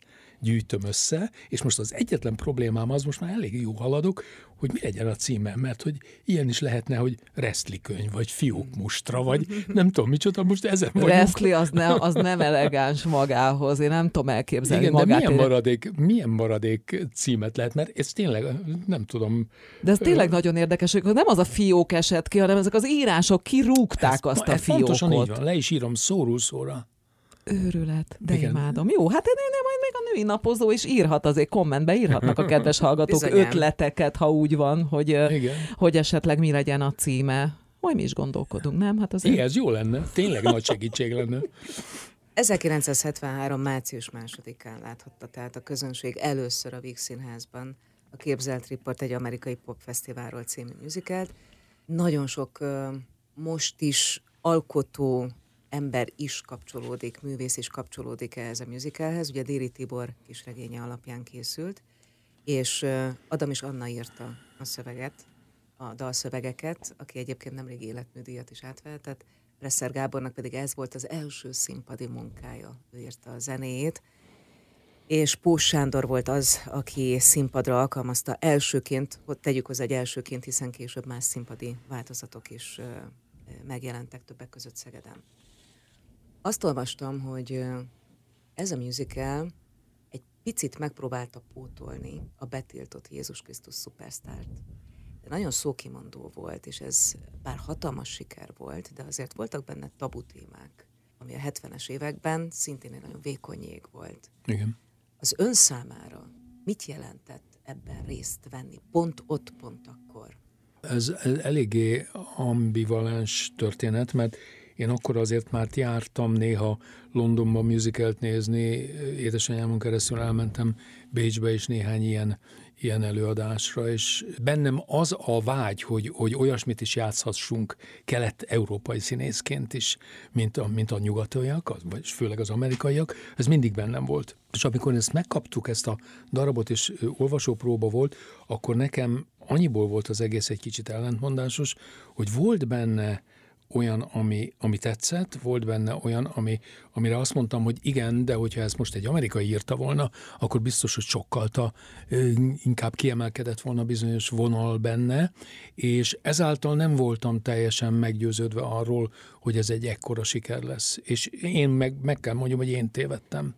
gyűjtöm össze, és most az egyetlen problémám az, most már elég jó haladok, hogy mi legyen a címe, mert hogy ilyen is lehetne, hogy resztlikönyv, vagy fiók mustra, vagy nem tudom micsoda, most ezen vagyunk. Resztli az nem elegáns magához, én nem tudom elképzelni igen, magát. De milyen maradék címet lehet, mert ez tényleg nem tudom. De ez tényleg nagyon érdekes, hogy nem az a fiók esett ki, hanem ezek az írások kirúgták azt a fiókot. Pontosan így van, le is írom szóról szóra. Őrület, de igen. Imádom. Jó, hát én majd még a női napozó is írhat, azért kommentbe írhatnak a kedves hallgatók ötleteket, ha úgy van, hogy esetleg mi legyen a címe. Majd mi is gondolkodunk, nem? Hát azért... Igen, ez jó lenne, tényleg nagy segítség lenne. 1973. március 2-án láthatta tehát a közönség először a Víg Színházban a Képzelt Riport egy amerikai popfesztiválról című musicalt. Nagyon sok most is alkotó ember is kapcsolódik, művész is kapcsolódik ehhez a musicalhez. Ugye Déri Tibor kisregénye alapján készült, és Adam és Anna írta a szöveget, a dalszövegeket, aki egyébként nemrég életműdíjat is átvehetett. Presser Gábornak pedig ez volt az első színpadi munkája, ő írta a zenéjét, és Pós Sándor volt az, aki színpadra alkalmazta elsőként, hogy tegyük hozzá egy elsőként, hiszen később más színpadi változatok is megjelentek többek között Szegeden. Azt olvastam, hogy ez a musical egy picit megpróbálta pótolni a betiltott Jézus Krisztus szupersztárt. De nagyon szókimondó volt, és ez bár hatalmas siker volt, de azért voltak benne tabu témák, ami a 70-es években szintén egy nagyon vékony jég volt. Igen. Az ön számára mit jelentett ebben részt venni? Pont ott, pont akkor? Ez eléggé ambivalens történet, mert én akkor azért már jártam néha Londonban musicalt nézni, édesanyámon keresztül elmentem Bécsbe is néhány ilyen előadásra, és bennem az a vágy, hogy olyasmit is játszhassunk kelet-európai színészként is, mint a nyugatiak, vagy főleg az amerikaiak, ez mindig bennem volt. És amikor ezt megkaptuk, ezt a darabot, és olvasópróba volt, akkor nekem annyiból volt az egész egy kicsit ellentmondásos, hogy volt benne olyan, ami tetszett, volt benne olyan, amire azt mondtam, hogy igen, de hogyha ezt most egy amerikai írta volna, akkor biztos, hogy sokkal inkább kiemelkedett volna bizonyos vonal benne, és ezáltal nem voltam teljesen meggyőződve arról, hogy ez egy ekkora siker lesz. És én meg kell mondjam, hogy én tévedtem.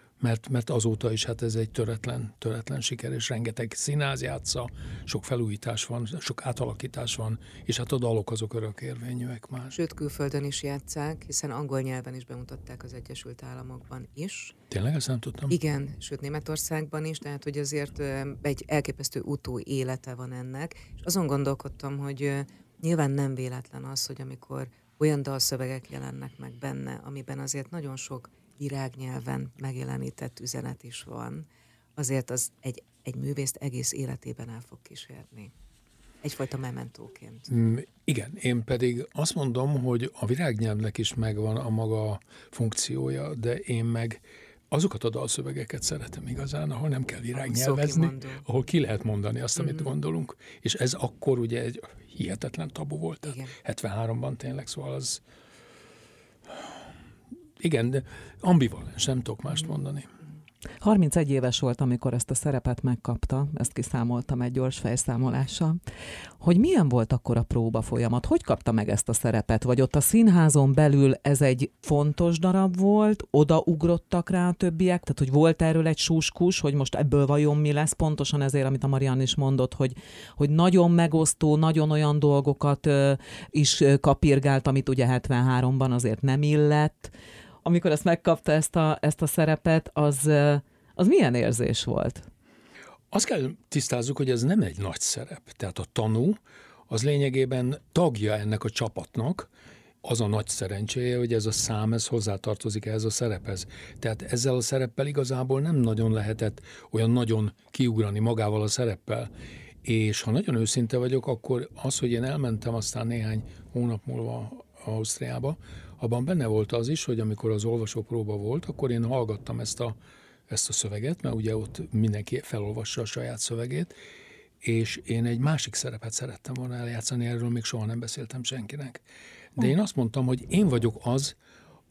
Mert azóta is hát ez egy töretlen siker, és rengeteg színház játsza, sok felújítás van, sok átalakítás van, és hát a dalok azok örökérvényűek már. Sőt, külföldön is játsszák, hiszen angol nyelven is bemutatták az Egyesült Államokban is. Tényleg, ezt nem tudtam? Igen, sőt Németországban is, tehát hogy azért egy elképesztő utóélete van ennek, és azon gondolkodtam, hogy nyilván nem véletlen az, hogy amikor olyan dalszövegek jelennek meg benne, amiben azért nagyon sok virágnyelven megjelenített üzenet is van, azért az egy művészt egész életében el fog kísérni. Egyfajta mementóként. Igen, én pedig azt mondom, hogy a virágnyelvnek is megvan a maga funkciója, de én meg azokat a dalszövegeket szeretem igazán, ahol nem kell virágnyelvezni, ahol ki lehet mondani azt, amit gondolunk. És ez akkor ugye egy hihetetlen tabu volt. Tehát 73-ban tényleg, szóval az... Igen, de ambivalens, nem tudok mást mondani. 31 éves volt, amikor ezt a szerepet megkapta, ezt kiszámoltam egy gyors fejszámolással. Hogy milyen volt akkor a próba folyamat? Hogy kapta meg ezt a szerepet? Vagy ott a színházon belül ez egy fontos darab volt, odaugrottak rá a többiek? Tehát, hogy volt erről egy súskus, hogy most ebből vajon mi lesz? Pontosan ezért, amit a Mariann is mondott, hogy nagyon megosztó, nagyon olyan dolgokat is kapirgált, amit ugye 73-ban azért nem illett. Amikor ezt megkapta ezt a szerepet, az milyen érzés volt? Azt kell tisztázzuk, hogy ez nem egy nagy szerep. Tehát a tanú az lényegében tagja ennek a csapatnak, az a nagy szerencséje, hogy ez a szám, ez hozzátartozik ehhez a szerephez. Tehát ezzel a szereppel igazából nem nagyon lehetett olyan nagyon kiugrani magával a szereppel. És ha nagyon őszinte vagyok, akkor az, hogy én elmentem aztán néhány hónap múlva Ausztriába, abban benne volt az is, hogy amikor az olvasópróba volt, akkor én hallgattam ezt a szöveget, mert ugye ott mindenki felolvassa a saját szövegét, és én egy másik szerepet szerettem volna eljátszani, erről még soha nem beszéltem senkinek. De én azt mondtam, hogy én vagyok az,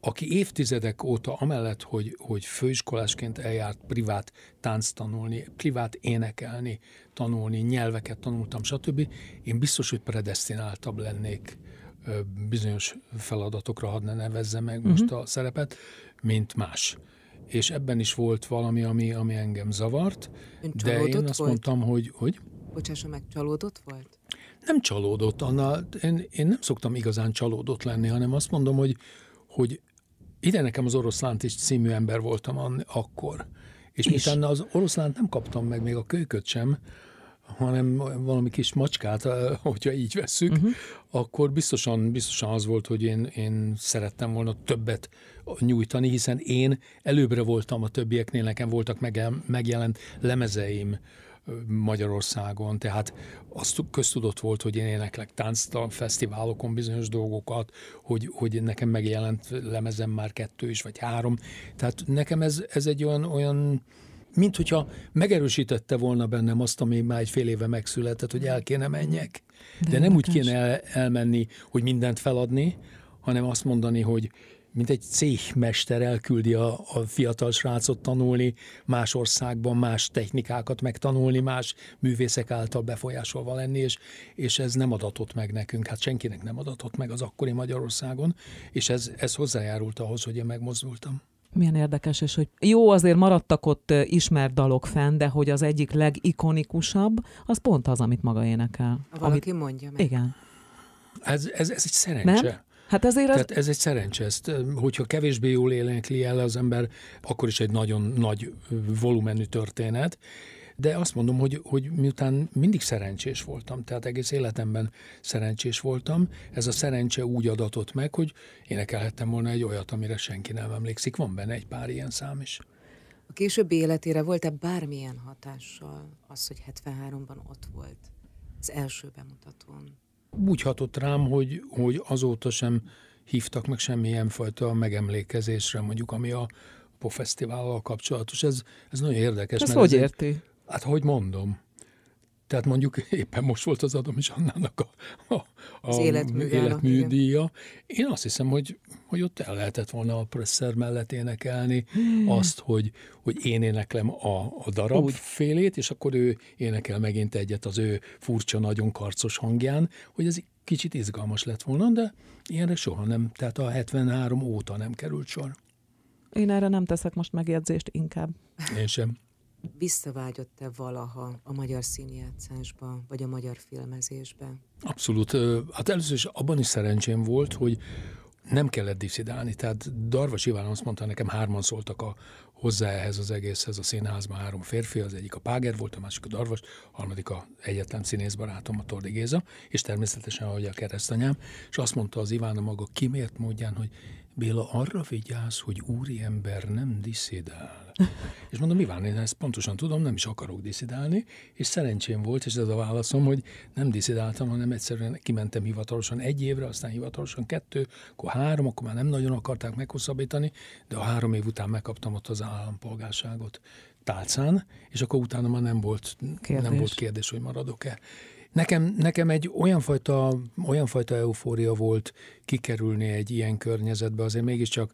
aki évtizedek óta amellett, hogy főiskolásként eljárt privát tánc tanulni, privát énekelni, tanulni, nyelveket tanultam, stb. Én biztos, hogy predesztináltabb lennék bizonyos feladatokra, hadd ne nevezzem meg most a szerepet, mint más. És ebben is volt valami, ami engem zavart, de én azt mondtam, hogy... Bocsássa meg, csalódott volt? Nem csalódott, Anna. Én nem szoktam igazán csalódott lenni, hanem azt mondom, hogy ide nekem az Oroszlánt is című ember voltam akkor. És utána az Oroszlánt nem kaptam meg, még a kölyköt sem, hanem valami kis macskát, hogyha így vesszük, akkor biztosan az volt, hogy én szerettem volna többet nyújtani, hiszen én előbbre voltam a többieknél, nekem voltak megjelent lemezeim Magyarországon, tehát az köztudott volt, hogy én éneklek táncfesztiválokon bizonyos dolgokat, hogy nekem megjelent lemezem már 2 is, vagy 3. Tehát nekem ez egy olyan mint hogyha megerősítette volna bennem azt, ami már egy fél éve megszületett, hogy el kéne menjek. De nem úgy kéne elmenni, hogy mindent feladni, hanem azt mondani, hogy mint egy céhmester elküldi a fiatal srácot tanulni, más országban más technikákat megtanulni, más művészek által befolyásolva lenni, és ez nem adatott meg nekünk, hát senkinek nem adatott meg az akkori Magyarországon, és ez hozzájárult ahhoz, hogy én megmozdultam. Milyen érdekes, és hogy jó, azért maradtak ott ismert dalok fenn, de hogy az egyik legikonikusabb, az pont az, amit maga énekel. Valaki mondja meg. Igen. Ez egy szerencse. Nem? Hát azért Tehát ez egy szerencse. Hogyha kevésbé jól énekli el az ember, akkor is egy nagyon nagy volumenű történet. De azt mondom, hogy miután mindig szerencsés voltam, tehát egész életemben szerencsés voltam, ez a szerencse úgy adatott meg, hogy énekelhettem volna egy olyat, amire senki nem emlékszik. Van benne egy pár ilyen szám is. A későbbi életére volt-e bármilyen hatással az, hogy 73-ban ott volt az első bemutatón? Úgy hatott rám, hogy azóta sem hívtak meg semmilyen fajta megemlékezésre, mondjuk ami a Popfesztivállal kapcsolatos. Ez nagyon érdekes. Ez hogy érti? Hát, hogy mondom. Tehát mondjuk éppen most volt az Adomis Annának az életműdíja. Én azt hiszem, hogy ott el lehetett volna a Presser mellett énekelni azt, hogy én éneklem a darab félét, és akkor ő énekel megint egyet az ő furcsa, nagyon karcos hangján, hogy ez kicsit izgalmas lett volna, de ilyenre soha nem. Tehát a 73 óta nem került sor. Én erre nem teszek most megjegyzést inkább. Én sem. Visszavágyott-e valaha a magyar színjátszásba, vagy a magyar filmezésbe? Abszolút. Hát először is abban is szerencsém volt, hogy nem kellett diszidálni. Tehát Darvas Iván azt mondta, nekem 3 szóltak hozzá ehhez az egészhez a színházban, 3 férfi, az egyik a Páger volt, a másik a Darvas, a harmadik a egyetlen színészbarátom, a Tordi Géza, és természetesen ahogy a keresztanyám, és azt mondta az Iván a maga kimért módján, hogy Béla, arra vigyázz, hogy úriember nem diszidál. És mondom, Iván, én ezt pontosan tudom, nem is akarok diszidálni, és szerencsém volt, és ez a válaszom, hogy nem diszidáltam, hanem egyszerűen kimentem hivatalosan 1 évre, aztán hivatalosan 2, akkor 3, akkor már nem nagyon akarták meghosszabbítani, de a 3 év után megkaptam ott az állampolgárságot tálcán, és akkor utána már nem volt kérdés, hogy maradok-e. Nekem egy olyan fajta eufória volt kikerülni egy ilyen környezetbe, azért mégiscsak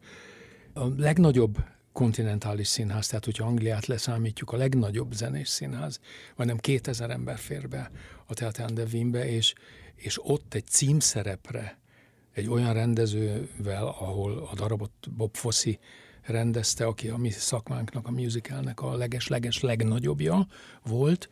a legnagyobb kontinentális színház, tehát hogyha Angliát leszámítjuk, a legnagyobb zenés színház, majdnem 2000 ember fér be a Théâtre de Wienbe, és ott egy címszerepre, egy olyan rendezővel, ahol a darabot Bob Fosse rendezte, aki a mi szakmánknak, a musicalnek a leges legnagyobbja volt,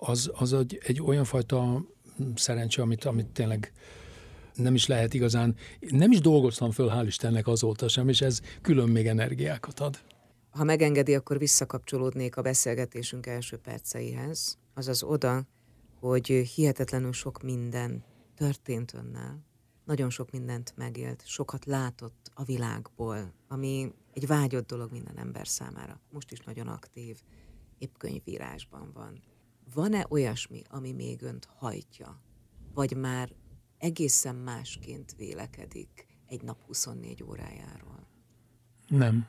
az egy olyan fajta szerencse, amit tényleg nem is lehet igazán, nem is dolgoztam föl, hál' Istennek azóta sem, és ez külön még energiákat ad. Ha megengedi, akkor visszakapcsolódnék a beszélgetésünk első perceihez, azaz oda, hogy hihetetlenül sok minden történt önnel, nagyon sok mindent megélt, sokat látott a világból, ami egy vágyott dolog minden ember számára. Most is nagyon aktív, épp könyvírásban van. Van-e olyasmi, ami még önt hajtja, vagy már egészen másként vélekedik egy nap 24 órájáról? Nem.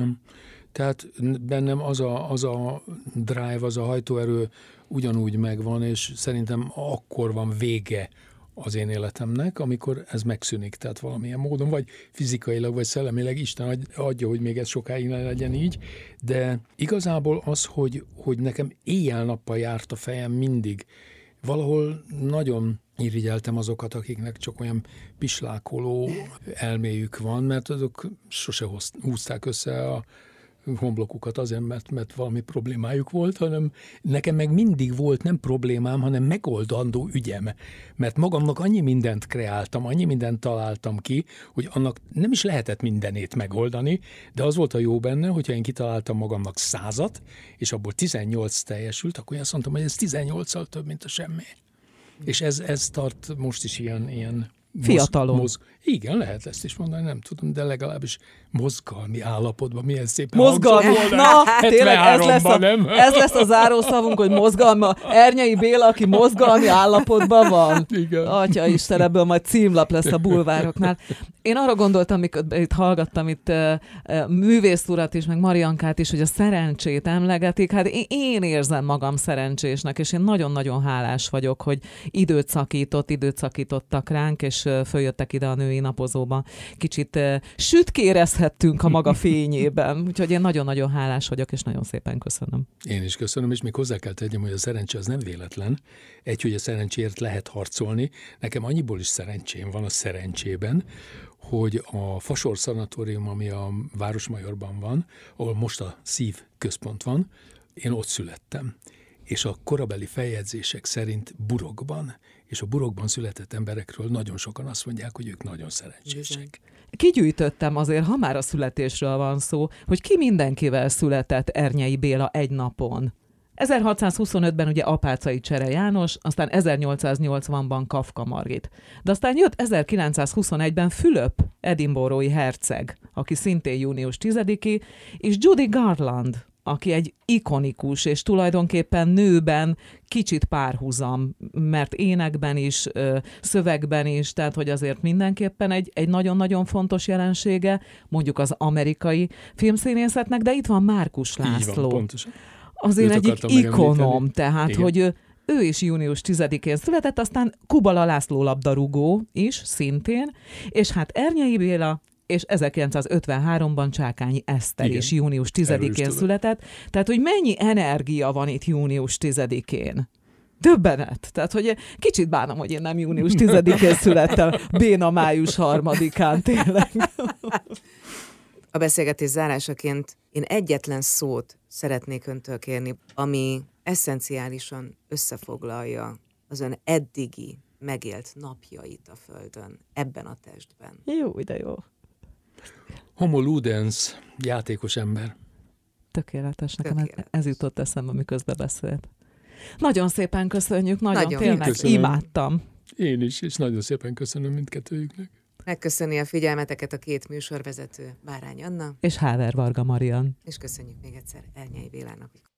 Tehát bennem az a drive, az a hajtóerő ugyanúgy megvan, és szerintem akkor van vége az én életemnek, amikor ez megszűnik, tehát valamilyen módon, vagy fizikailag, vagy szellemileg, Isten adja, hogy még ez sokáig ne legyen így, de igazából az, hogy nekem éjjel-nappal járt a fejem mindig, valahol nagyon irigyeltem azokat, akiknek csak olyan pislákoló elméjük van, mert azok sose húzták össze a homlokukat azért, mert valami problémájuk volt, hanem nekem meg mindig volt nem problémám, hanem megoldandó ügyem. Mert magamnak annyi mindent kreáltam, annyi mindent találtam ki, hogy annak nem is lehetett mindenét megoldani, de az volt a jó benne, hogyha én kitaláltam magamnak 100-at, és abból 18 teljesült, akkor én azt mondtam, hogy ez 18-szal több, mint a semmi. És ez tart most is ilyen fiatalon. Igen, lehet ezt is mondani, nem tudom, de legalábbis mozgalmi állapotban milyen szépen mozgalmi. Na, tényleg ez lesz a zárószavunk, hogy mozgalma. Ernyei Béla, aki mozgalmi állapotban van. Igen. Atya Isten, ebből majd címlap lesz a bulvároknál. Én arra gondoltam, mikor itt hallgattam művész urat is, meg Mariankát is, hogy a szerencsét emlegetik. Hát én érzem magam szerencsésnek, és én nagyon-nagyon hálás vagyok, hogy időt szakítottak ránk, és följöttek ide a női napozóba. Kicsit sütkérezhettünk a maga fényében. Úgyhogy én nagyon-nagyon hálás vagyok, és nagyon szépen köszönöm. Én is köszönöm, és még hozzá kell tegyem, hogy a szerencse az nem véletlen. Hogy a szerencséért lehet harcolni. Nekem annyiból is szerencsém van a szerencsében, hogy a Fasor szanatórium, ami a Városmajorban van, ahol most a szív központ van, én ott születtem. És a korabeli feljegyzések szerint Burokban, és a Burokban született emberekről nagyon sokan azt mondják, hogy ők nagyon szerencsések. Kigyűjtöttem azért, ha már a születésről van szó, hogy ki mindenkivel született Ernyei Béla egy napon. 1625-ben ugye Apáczai Csere János, aztán 1880-ban Kafka Margit. De aztán jött 1921-ben Fülöp, edinburghi herceg, aki szintén június 10-i, és Judy Garland, aki egy ikonikus, és tulajdonképpen nőben kicsit párhuzam, mert énekben is, szövegben is, tehát hogy azért mindenképpen egy nagyon-nagyon fontos jelensége, mondjuk az amerikai filmszínészetnek, de itt van Márkus László. Így van, pontosan. Azért egyik ikonom, tehát igen. Hogy ő is június 10-én született, aztán Kubala László labdarúgó is szintén, és hát Ernyei Béla, és 1953-ban Csákányi Eszter is június 10-én született. Tehát, hogy mennyi energia van itt június 10-én. Döbbenet. Tehát, hogy kicsit bánom, hogy én nem június 10-én születtem, béna május 3-án tényleg. A beszélgetés zárásaként én egyetlen szót szeretnék öntől kérni, ami esszenciálisan összefoglalja az ön eddigi megélt napjait a Földön, ebben a testben. Jó, de jó. Homo ludens, játékos ember. Tökéletes. Nekem ez jutott eszembe, miközben beszélt. Nagyon szépen köszönjük, nagyon tényleg imádtam. Én is, és nagyon szépen köszönöm mindkettőjüknek. Megköszöni a figyelmeteket a két műsorvezető, Bárány Anna és Háver Varga Marian. És köszönjük még egyszer Ernyei Bélának, hogy